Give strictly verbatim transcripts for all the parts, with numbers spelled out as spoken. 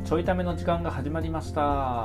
ちょいための時間が始まりました。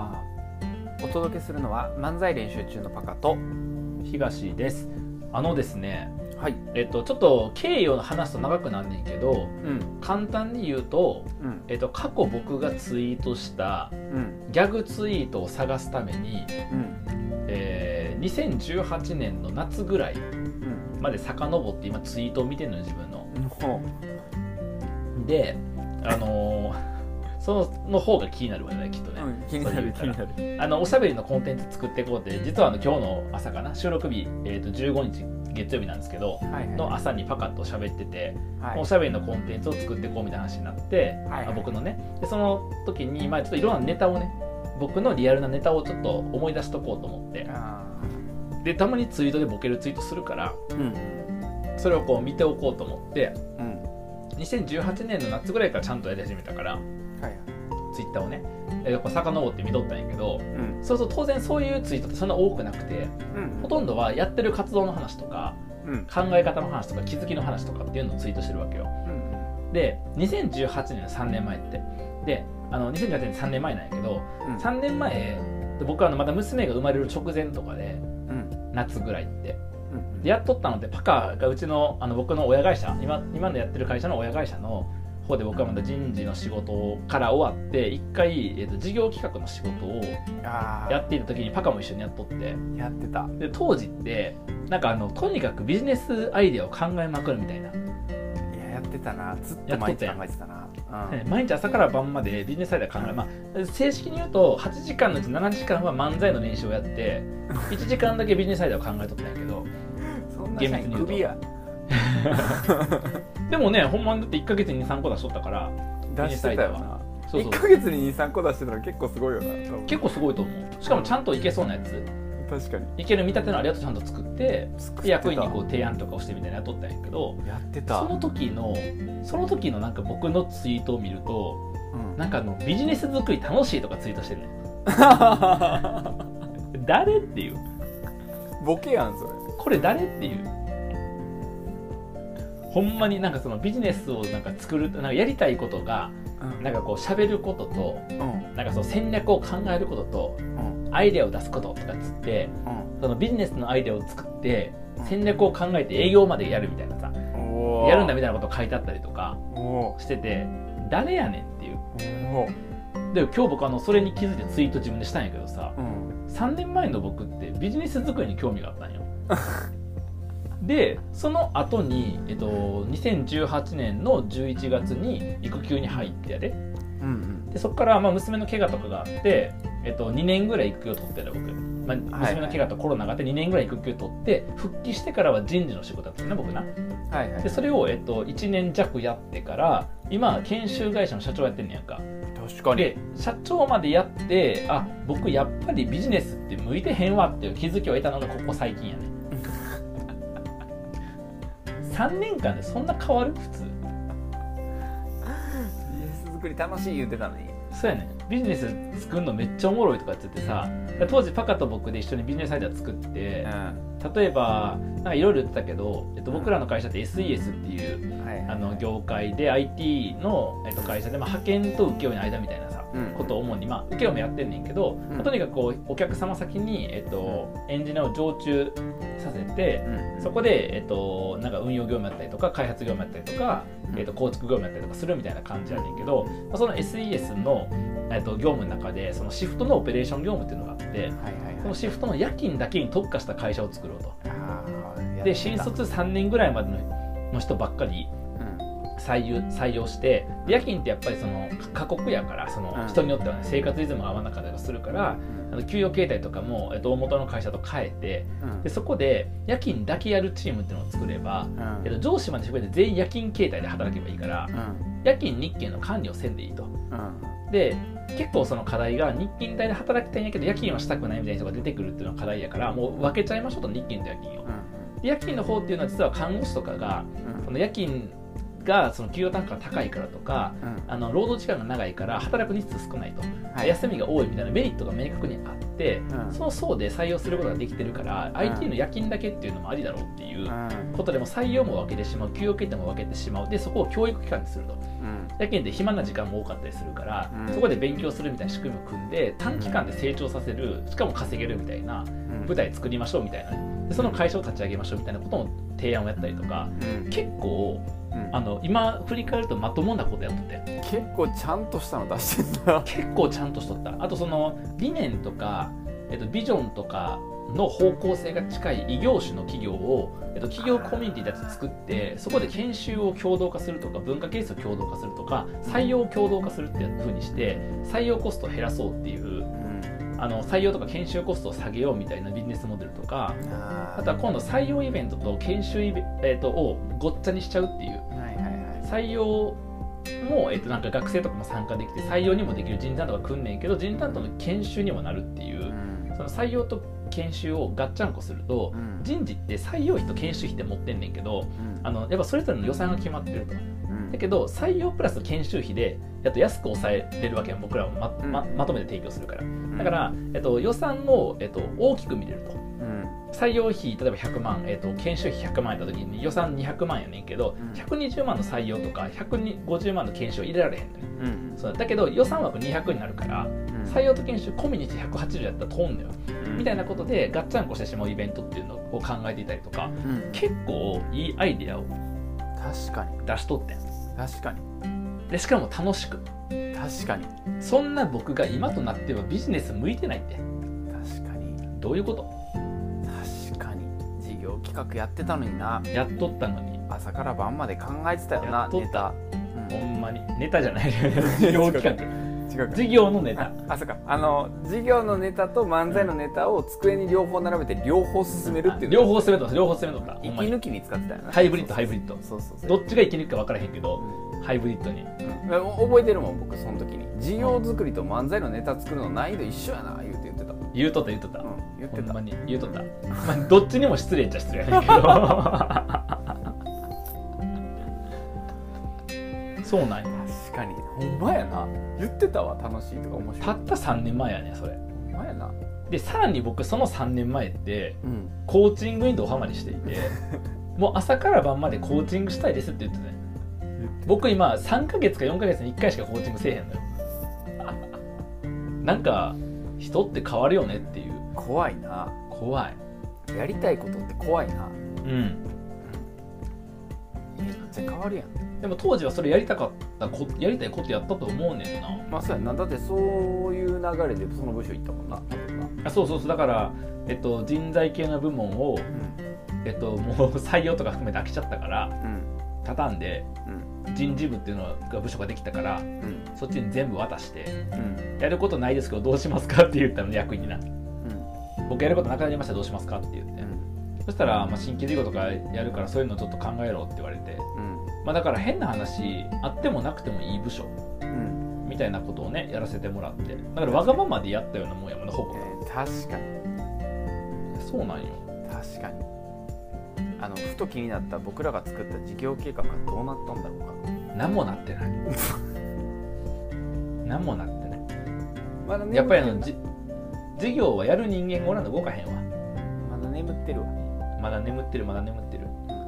お届けするのは漫才練習中のパカと東です。あのですね、 はい、 えっとちょっと経緯を話すと長くなんねんけど、 うん、 簡単に言うと、 うん、 えっと過去僕がツイートしたギャグツイートを探すために、うん、えー、にせんじゅうはちねんの夏ぐらいまで遡って今ツイートを見てるのよ、自分の。うん、で、あのーそのの方が気になるわね、きっとね。 うん、気になる気になる。 あのおしゃべりのコンテンツ作っていこうって、実はあの今日の朝かな、収録日、えー、とじゅうごにち月曜日なんですけど、はいはい、の朝にパカッと喋ってて、はい、おしゃべりのコンテンツを作っていこうみたいな話になって、はいはい、僕のね、でその時に、まあ、ちょっといろんなネタをね、僕のリアルなネタをちょっと思い出しとこうと思って、でたまにツイートでボケるツイートするから、うん、それをこう見ておこうと思って、うん、にせんじゅうはちねんの夏ぐらいからちゃんとやり始めたから、はい、ツイッターをね、やっぱ遡って見とったんやけど、うん、そうすると当然そういうツイートってそんな多くなくて、うん、ほとんどはやってる活動の話とか、うん、考え方の話とか気づきの話とかっていうのをツイートしてるわけよ、うん、でにせんじゅうはちねんさんねんまえってであのにせんじゅうはちねんさんねんまえなんやけど、うん、さんねんまえ僕はあのまだ娘が生まれる直前とかで、うん、夏ぐらいって、うん、でやっとったので、パカがうちの、あの僕の親会社 今, 今のやってる会社の親会社の方で僕はまだ人事の仕事から終わって一回、えー、と事業企画の仕事をやっていた時にパカも一緒にやっとってやってた。 で当時ってなんかあのとにかくビジネスアイデアを考えまくるみたいな。 いややってたな、ずっと毎日考えてたな、 うん、毎日朝から晩までビジネスアイデア考え、まあ、正式に言うとはちじかんのうちななじかんは漫才の練習をやっていちじかんだけビジネスアイデアを考えとったんやけどそんな社員クビやでもね、ほんまにだっていっかげつににさんこ出しとったから。 出してたよな。そうそう、いっかげつににさんこ出してたら結構すごいよな。 結構すごいと思う。しかもちゃんといけそうなやつ、 確かにいける見立てのあれやとちゃんと作って役員にこう提案とかをしてみたいなやっとったんやけど、 やってた。その時のその時のなんか僕のツイートを見ると、うん、なんかあのビジネス作り楽しいとかツイートしてるね誰っていうボケやんそれ。これ誰っていう、ほんまになんかそのビジネスをなんか作る、なんかやりたいことが、うん、なんかこう喋ることと、うん、なんかその戦略を考えることと、うん、アイデアを出すこととかっつって、うん、そのビジネスのアイデアを作って戦略を考えて営業までやるみたいなさ、うん、やるんだみたいなことを書いてあったりとかしてて、誰やねんっていう。で今日僕あのそれに気づいてツイート自分でしたんやけどさ、うん、さんねんまえの僕ってビジネス作りに興味があったんよでその後に、えっと、にせんじゅうはちねんのじゅういちがつに育休に入ってやで、うんうん、でそこからまあ娘の怪我とかがあって、えっと、にねんぐらい育休を取ってた僕、まあ、娘の怪我とコロナがあってにねんぐらい育休取って復帰してからは人事の仕事だったよね僕な、はいはい、でそれを、えっと、いちねんじゃくやってから今研修会社の社長やってんねやんか。 確かに。 で社長までやって、あ僕やっぱりビジネスって向いてへんわっていう気づきを得たのがここ最近やねさんねんかんでそんな変わる？普通。ビジネス作り楽しい言ってたのに。 そうやね。ビジネス作るのめっちゃおもろいとかって言ってさ、当時パカと僕で一緒にビジネスアイデア作って、うん、例えばなんかいろいろ言ってたけど、えっと、僕らの会社って エスイーエス っていう、うん、あの業界で アイティー の、えっと、会社で、まあ、派遣と請負の間みたいなさ、うん、ことを主に、まあ、請負もやってんねんけど、うん、とにかくこうお客様先に、えっと、エンジニアを常駐させて、うん、そこで、えっと、なんか運用業務やったりとか開発業務やったりとか、うん、えっと、構築業務やったりとかするみたいな感じやねんけど、まあ、その エスイーエス の、えっと、業務の中でそのシフトのオペレーション業務っていうのがあって、はいはいはい、そのシフトの夜勤だけに特化した会社を作ろうと。で新卒さんねんぐらいまでの人ばっかり採用、採用して、夜勤ってやっぱりその過酷やから、その人によっては、ね、生活リズムが合わなかったりするから、あの給与形態とかも大元の会社と変えて、でそこで夜勤だけやるチームっていうのを作れば、えっと、上司まで含めて全員夜勤形態で働けばいいから、夜勤日勤の管理をせんでいいと。で結構その課題が日勤帯で働きたいんやけど夜勤はしたくないみたいな人が出てくるっていうのが課題やから、もう分けちゃいましょうと、日勤と夜勤を。で夜勤の方っていうのは実は看護師とかが、この夜勤がその給与単価が高いからとか、うん、あの労働時間が長いから働く日数少ないと、はい、休みが多いみたいなメリットが明確にあっ 、うん、その層で採用することができてるから、うん、アイティー の夜勤だけっていうのもありだろうっていうことでも採用も分けてしまう、給与形態も分けてしまう、でそこを教育機関にすると、うん、夜勤で暇な時間も多かったりするから、うん、そこで勉強するみたいな仕組みを組んで短期間で成長させる、しかも稼げるみたいな舞台作りましょうみたいな、ね、でその会社を立ち上げましょうみたいなことの提案をやったりとか、うん、結構うん、あの今振り返るとまともなことやっとって結構ちゃんとしたの出してんだ結構ちゃんとしとった。あとその理念とか、えっと、ビジョンとかの方向性が近い異業種の企業を、えっと、企業コミュニティだけ作ってそこで研修を共同化するとか文化形成を共同化するとか採用を共同化するっていう風にして採用コストを減らそうっていう、うん、あの採用とか研修コストを下げようみたいなビジネスモデルとか、あとは今度採用イベントと研修イベ、えっと、をごっちゃにしちゃうっていう、はいはいはい、採用も、えっと、なんか学生とかも参加できて採用にもできる人事担当が組んねんけど人事担当の研修にもなるっていう、うん、その採用と研修をガッチャンコすると、うん、人事って採用費と研修費って持ってんねんけど、うん、あのやっぱそれぞれの予算が決まってると、うん、だけど採用プラス研修費でやっと安く抑えれるわけよ、僕らは ま, ま, まとめて提供するから、うん、だから、えっと、予算を、えっと、大きく見れると、うん、採用費例えばひゃくまん、えっと、研修費ひゃくまんやった時に予算にひゃくまんやねんけど、うん、ひゃくにじゅうまんの採用とかひゃくごじゅうまんの研修を入れられへんのよ、うん、そうだけど予算枠にひゃくになるから、うん、採用と研修込みにしてひゃくはちじゅうやったら通んのよ、うん、みたいなことでガッチャンコしてしまうイベントっていうのを考えていたりとか、うん、結構いいアイデアを確かに出しとってん。 確かにでしかも楽しく、 確かにそんな僕が今となってはビジネス向いてないって。 確かにどういうこと。 確かに事業企画やってたのにな。 やっとったのに朝から晩まで考えてたよな。ネタ、 うん、ほんまにネタじゃない事業企画違う事業のネタ。 あ、そうか。あの事業のネタと漫才のネタを机に両方並べて両方進めるっていう。 両方進めとった両方進めとった。 息抜きに使ってたよな。 ハイブリッドハイブリッド。 そうそうそう。 どっちが息抜きか分からへんけど、うん、ハイブリッドに、うん。 覚えてるもん僕その時に。事業作りと漫才のネタ作るの難易度一緒やな言うて言ってた。 言うとった言うとった。うん、 言ってた。ほんまに言うとった。まあどっちにも失礼っちゃ失礼やねんけど。そうなんや。 確かにほんまやな。言ってたわ。楽しいとか面白い。 たったさんねんまえやねそれ。 ほんまやな。 でさらに僕そのさんねんまえって、うん、コーチングにドハマりしていてもう朝から晩までコーチングしたいですって言ってね。僕今さんかげつかよんかげつにいっかいしかコーチングせえへんのよ。なんか人って変わるよねっていう。 怖いな。 怖い。 やりたいことって怖いな。うん、うん、めっちゃ変わるやん。 でも当時はそれやりたかったこやりたいことやったと思うねんな。 まあそうやな。だってそういう流れでその部署行ったもんな。多分な。 あ、そうそうそう。だから、えっと、人材系の部門を、うん、えっと、もう採用とか含めて飽きちゃったから、うん、畳んで、うん、人事部っていうのが部署ができたから、うん、そっちに全部渡して、うん、やることないですけどどうしますかって言ったの役員にな、うん、僕やることなくなりましたどうしますかって言って、うん、そしたら、まあ、新規事業とかやるからそういうのちょっと考えろって言われて、うんまあ、だから変な話あってもなくてもいい部署、うん、みたいなことをねやらせてもらって、だからわがままでやったようなもんやもんねほぼ、 えー、確かにそうなんよ。 確かに。あのふと気になった僕らが作った事業計画がどうなったんだろうか。 何もなってない何もなってない、まだやっぱりあのじ事業はやる人間がおらんの動かへんわ。 まだ眠ってるわ。 まだ眠ってるまだ眠ってる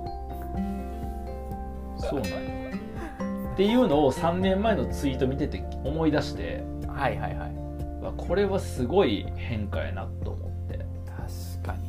そうなんよっていうのをさんねんまえのツイート見てて思い出して、 はいはいはい、 これはすごい変化やなと思って。 確かに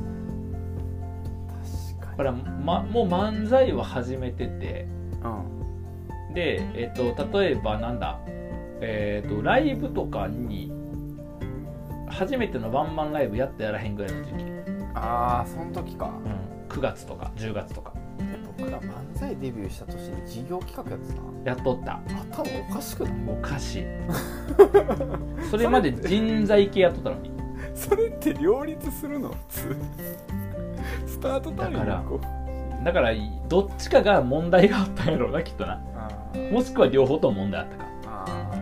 確かに。だから、ま、もう漫才は始めてて、うん、で、えっと、例えばなんだ、えっと、ライブとかに初めてのワンマンライブやってやらへんぐらいの時期。 ああその時か、うん、 くがつとかじゅうがつとか。 僕ら漫才デビューした年に事業企画やってたな。 やっとった。 頭おかしくない？ おかしいそれまで人材系やっとったのにそれって両立するの普通スタートタイムだからだからどっちかが問題があったんやろうなきっとな。もしくは両方とも問題あったか。あ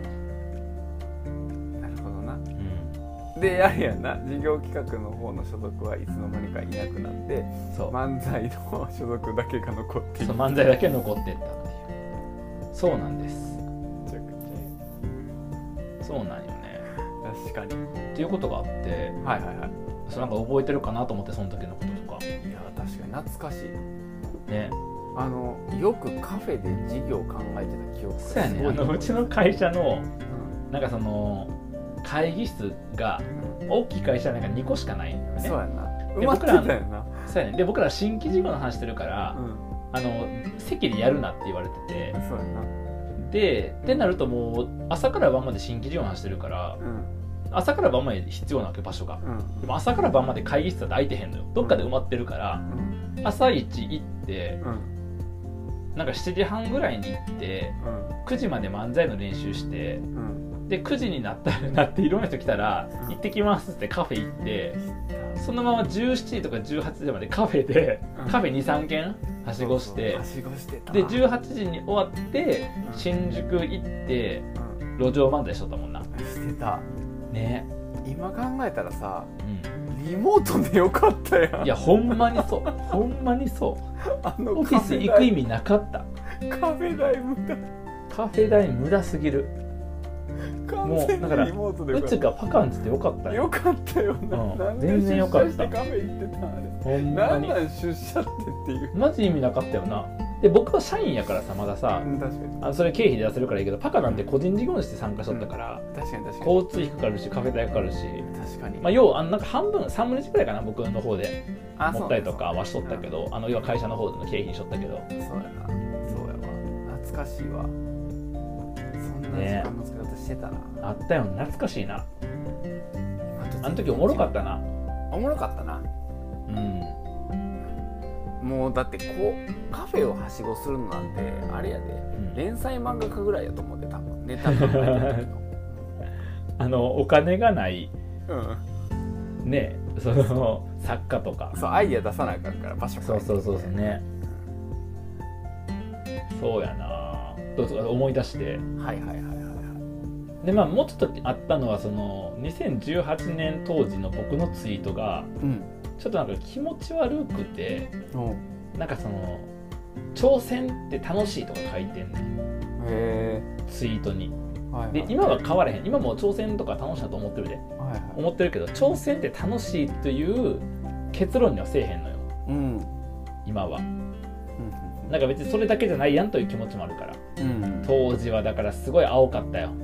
なるほどな、うん、であれやな事業企画の方の所属はいつの間にかいなくなってそう漫才の所属だけが残っている。 そう漫才だけ残ってったっていう。そうなんです。 めちゃくちゃそうなんよね。 確かにっていうことがあって、 はいはいはい、 それなんか覚えてるかなと思って、その時のこととか。 いや確かに懐かしいね。 あのよくカフェで授業考えてた記憶がすごい。 そうやね。あのうちの会社の、うん、なんかその会議室が、うん、大きい会社なんかにこしかないんだよね。 そうやな。埋まってたよな。 そうやね。で僕ら新規事業の話してるから、うん、あの席でやるなって言われてて。 そうやな。 でってなるともう朝から晩まで新規事業の話してるから、うん、朝から晩まで必要なわけ場所が、うん、でも朝から晩まで会議室だと空いてへんのよ。どっかで埋まってるから、うん、朝一行って、うん、なんかしちじはんぐらいに行って、うん、くじまで漫才の練習して、うん、でくじになったらなっていろんな人来たら、うん、行ってきますってカフェ行って、そのままじゅうしちじとかじゅうはちじまでカフェで、うん、カフェ にさんけんはしごして、 はしごしてたでじゅうはちじに終わって、うん、新宿行って、うん、路上漫才しとったもんな。 してたね。 今考えたらさ、うん、リモートでよかったやん。 いやほんまにそうほんまにそうあのオフィス行く意味なかった。 カフェ代無駄カフェ代無駄すぎる。 もうだからうちがパカンつってよかったよ。よかったよな、うん、なんで出社してカフェ行ってたあれ。ほんまになんなん出社ってっていうマジ意味なかったよな。で僕は社員やからさまださ、うん、確かにあのそれ経費で出せるからいいけど、パカなんて個人事業主で参加しとったから、 うん、確かに確かに交通費かかるしカフェ代かかるし、 確かに、 まあ、要はあのなんか半分さんぶんのいちくらいかな僕の方で持ったりとかはしとったけど、あの要は会社の方での経費にしとったけど。 そうやなそうやわ懐かしいわ。そんな時間の使い方してたな、ね、 あったよ懐かしいな。あの時おもろかったな。 おもろかったな。うんもうだってこうカフェをはしごするのなんてあれやで、うん、連載漫画家ぐらいやと思って多分ネタ考えてる時のあのお金がない、 うん、 ねその作家とかそうアイディア出さなあかんから場所そうそうそうそうね、うん、そうやなどうぞ思い出してはいはいはいはいはいでまあもうちょっとあったのはそのにせんじゅうはちねん当時の僕のツイートが、うんちょっとなんか気持ち悪くて、うん、なんかその挑戦って楽しいとか書いてんねんへツイートに、はいはい、で今は変わらへん。今も挑戦とか楽しいなと思ってるで、はいはい、思ってるけど挑戦って楽しいという結論にはせえへんのよ、うん、今は、うん、なんか別にそれだけじゃないやんという気持ちもあるから、うん、当時はだからすごい青かったよ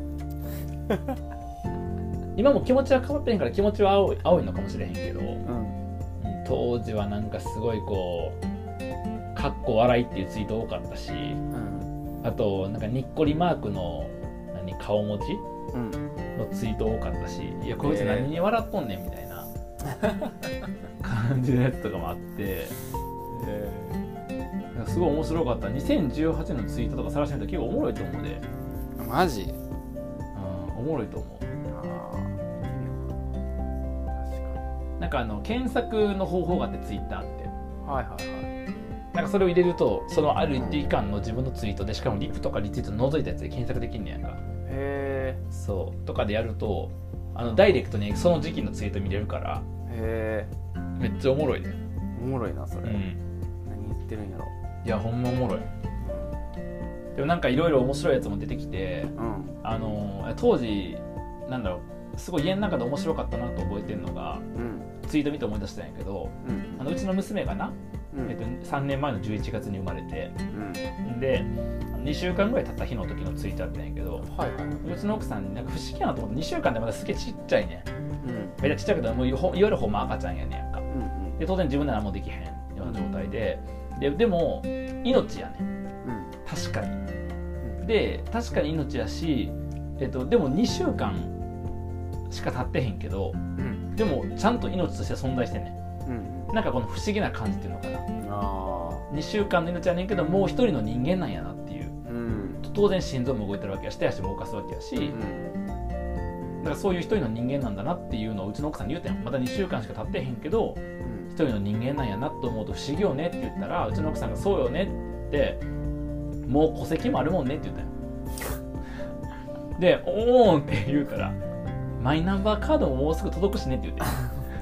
今も気持ちは変わってへんから気持ちは青い、青いのかもしれへんけど、うん当時はなんかすごいこうかっこ笑いっていうツイート多かったし、うん、あとなんかにっこりマークの何顔文字、うん、のツイート多かったし、いやこいつ何に笑っとんねんみたいな感じのやつとかもあって、えー、すごい面白かった。にせんじゅうはちねんのツイートとか探してみたら結構おもろいと思うで。 マジ？ うんおもろいと思う。なんかあの検索の方法があってツイッターって、はいはいはい、なんかそれを入れるとそのある一定期間の自分のツイートでしかもリプとかリツイート除いたやつで検索できんねやんか。へーそうとかでやるとあのダイレクトにその時期のツイート見れるからへーめっちゃおもろいね。 おもろいなそれ、うん、何言ってるんやろ。 いやほんまおもろい。でもなんかいろいろ面白いやつも出てきて、うん、あの当時なんだろうすごい家の中で面白かったなと覚えてるのが、うん、ツイート見て思い出したんやけど、うん、あのうちの娘がな、うんえっと、さんねんまえのじゅういちがつに生まれて、うん、でにしゅうかんぐらい経った日の時のツイートだったんやけど、はいはい、うちの奥さんになんか不思議やなと思ってにしゅうかんでまだすげえちっちゃいね、うん、めっちゃちっちゃいけどもういわゆるほんま赤ちゃんやねんやんか、うんうん、で当然自分では何もできへんような状態で、で, でも命やね、うん、確かにで確かに命やし、えっと、でもにしゅうかんしか経ってへんけど、うん、でもちゃんと命として存在してんねん、うん、なんかこの不思議な感じっていうのかな。あにしゅうかんの命やねんけどもう一人の人間なんやなっていう、うん、当然心臓も動いてるわけやし手足も動かすわけやし、うん、だからそういう一人の人間なんだなっていうのをうちの奥さんに言うてん。まだにしゅうかんしか経ってへんけど、うん、一人の人間なんやなと思うと不思議よねって言ったらうちの奥さんがそうよねってもう戸籍もあるもんねって言ったんでおーんって言うからマイナンバーカードももうすぐ届くしねって言って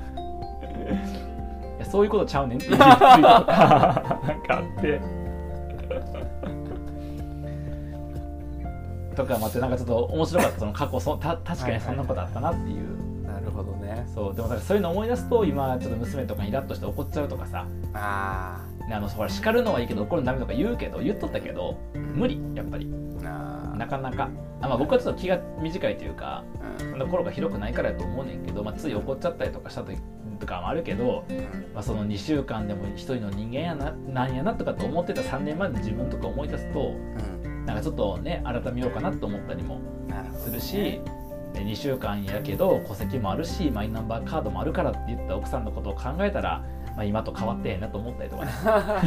いやそういうことちゃうねんっていうツイートとかなんかあってとか待ってなんかちょっと面白かったその過去そた確かにそんなことあったなっていう、 はいはいはい、なるほどね。 そうでもだからそういうの思い出すと今ちょっと娘とかにイラッとして怒っちゃうとかさ、 ああのほら叱るのはいいけど怒るのダメとか言うけど言っとったけど無理やっぱりあなかなかあ、まあ、僕はちょっと気が短いというか、うん、心が広くないからやと思うねんけど、まあ、つい怒っちゃったりとかした時とかもあるけど、うんまあ、そのにしゅうかんでも一人の人間やななんやなとかと思ってたさんねんまえの自分とか思い出すと、うん、なんかちょっとね改めようかなと思ったりもするし、ね、にしゅうかんやけど戸籍もあるしマイナンバーカードもあるからって言った奥さんのことを考えたら、まあ、今と変わってへんなと思ったりとかね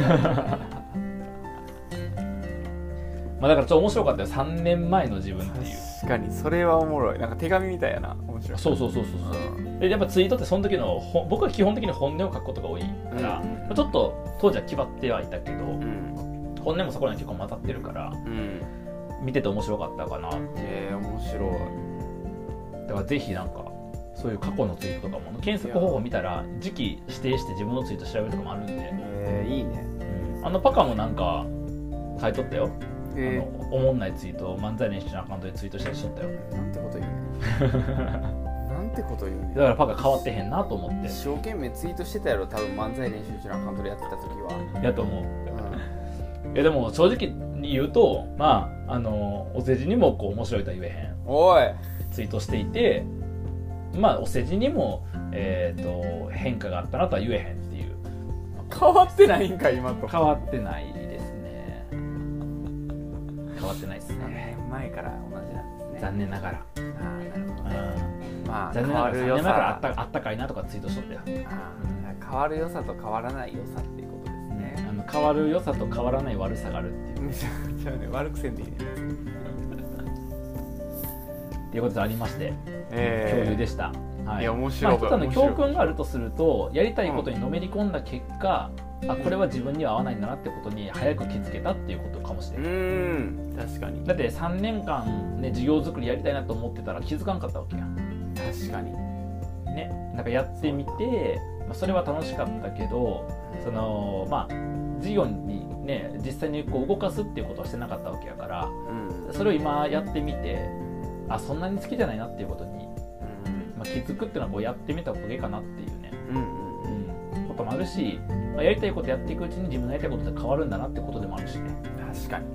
まあだからちょっと面白かったよさんねんまえの自分っていう。 確かにそれはおもろい。なんか手紙みたいやな。面白い。 そうそうそうそうそう、うん、でやっぱツイートってその時の僕は基本的に本音を書くことが多いから、うん、ちょっと当時は気張ってはいたけど、うん、本音もそこらに結構混ざってるから、うん、見てて面白かったかな。 えー、面白い。だからぜひなんかそういう過去のツイートとかも検索方法見たら時期指定して自分のツイート調べるとかもあるんで、 えー、いいね、 うん、あのパカもなんか書いとったよ。えー、あのおもんないツイートを漫才練習のアカウントでツイートしたりしとったよ。 なんてこと言うなんてこと言うね。 だからパカ変わってへんなと思って一生懸命ツイートしてたやろ多分漫才練習中のアカウントでやってた時は。 やと思う、うん、いやでも正直に言うとまああのお世辞にもこう面白いとは言えへんおいツイートしていてまあお世辞にも、えー、と変化があったなとは言えへんっていう。 変わってないんか今と。 変わってないですね。変わってないですね。 前から同じなんですね。 残念ながら。ああなるほどね。まあ残念ながらさんねんまえからあったあったかいなとかツイートしとったよ。 あ変わる良さと変わらない良さっていうことですね。 あの変わる良さと変わらない悪さがあるっていう。 めちゃめちゃね悪くせんでいいね。 っていうことでありまして、えー、共有でした。はい、いや面白い。 まあ、一つの教訓があるとするとやりたいことにのめり込んだ結果、うん、あこれは自分には合わないんだなってことに早く気づけたっていうことかもしれない。 うん確かに。 だってさんねんかんね授業作りやりたいなと思ってたら気づかんかったわけやん。 確かにね。なんかやってみてそ,、まあ、それは楽しかったけどそのまあ授業にね実際にこう動かすっていうことはしてなかったわけやから、うん、それを今やってみてあそんなに好きじゃないなっていうことに、うんまあ、気づくっていうのはこうやってみたおかげかなっていうね、うんうんうん、こともあるし、まあ、やりたいことやっていくうちに自分のやりたいことって変わるんだなってことでもあるしね。 確かに、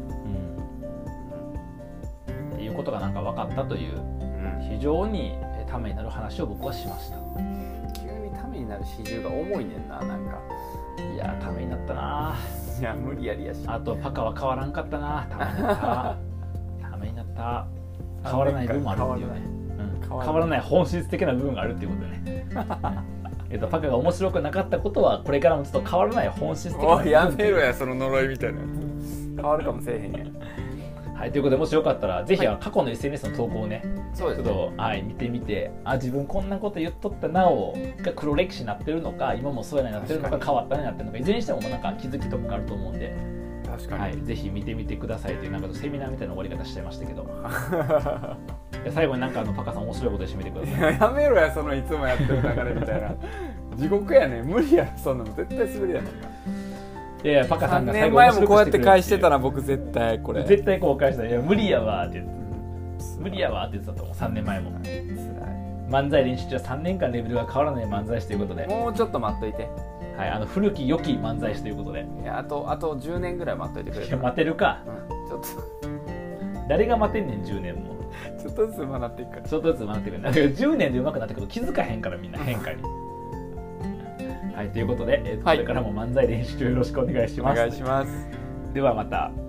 うん、っていうことがなんか分かったという、うん、非常にためになる話を僕はしました。 急にためになる始終が重いねんな。なんかいやためになったな。 いや無理やりやし。 あとパカは変わらんかったな。ためになったためになった変わらない部分もあるっていうね、うん、変わらない本質的な部分があるっていうことでねえっとパカが面白くなかったことはこれからもちょっと変わらない本質的な部分。 おいやめろやその呪いみたいなやつ変わるかもしれへんやんはいということでもしよかったらぜひ過去の エスエヌエス の投稿をね、 そうですね、 ちょっと、はい、見てみてあ自分こんなこと言っとったなをが黒歴史になってるのか今もそうやなになってるのか変わったなになってるのかいずれにしてもなんか気づきとかがあると思うんで確かに、 はい、ぜひ見てみてくださいというなんかセミナーみたいな終わり方しちゃいましたけど最後になんかあのパカさん面白いことで締めてください。 いややめろやそのいつもやってる流れみたいな地獄やね無理やそんなの絶対滑りやねんか。 いやいやパカさんが最後面白くしてくれるさんねんまえもこうやって返してたら僕絶対これ絶対こう返したらいや無理やわって言って無理やわって言ってたと思うさんねんまえも。辛い漫才練習中はさんねんかんレベルが変わらない漫才師ということでもうちょっと待っといて。 はい、あの古き良き漫才師ということでいやあとあとじゅうねんぐらい待っといてくれる。 いや待てるか、 うん、ちょっと誰が待てんねんじゅうねんもちょっとずつ学っていくからちょっとずつ学っていくだからじゅうねんで上手くなったけど気づかへんからみんな変化にはいということで、えーとはい、これからも漫才練習中よろしくお願いします。 お願いします。 ではまた。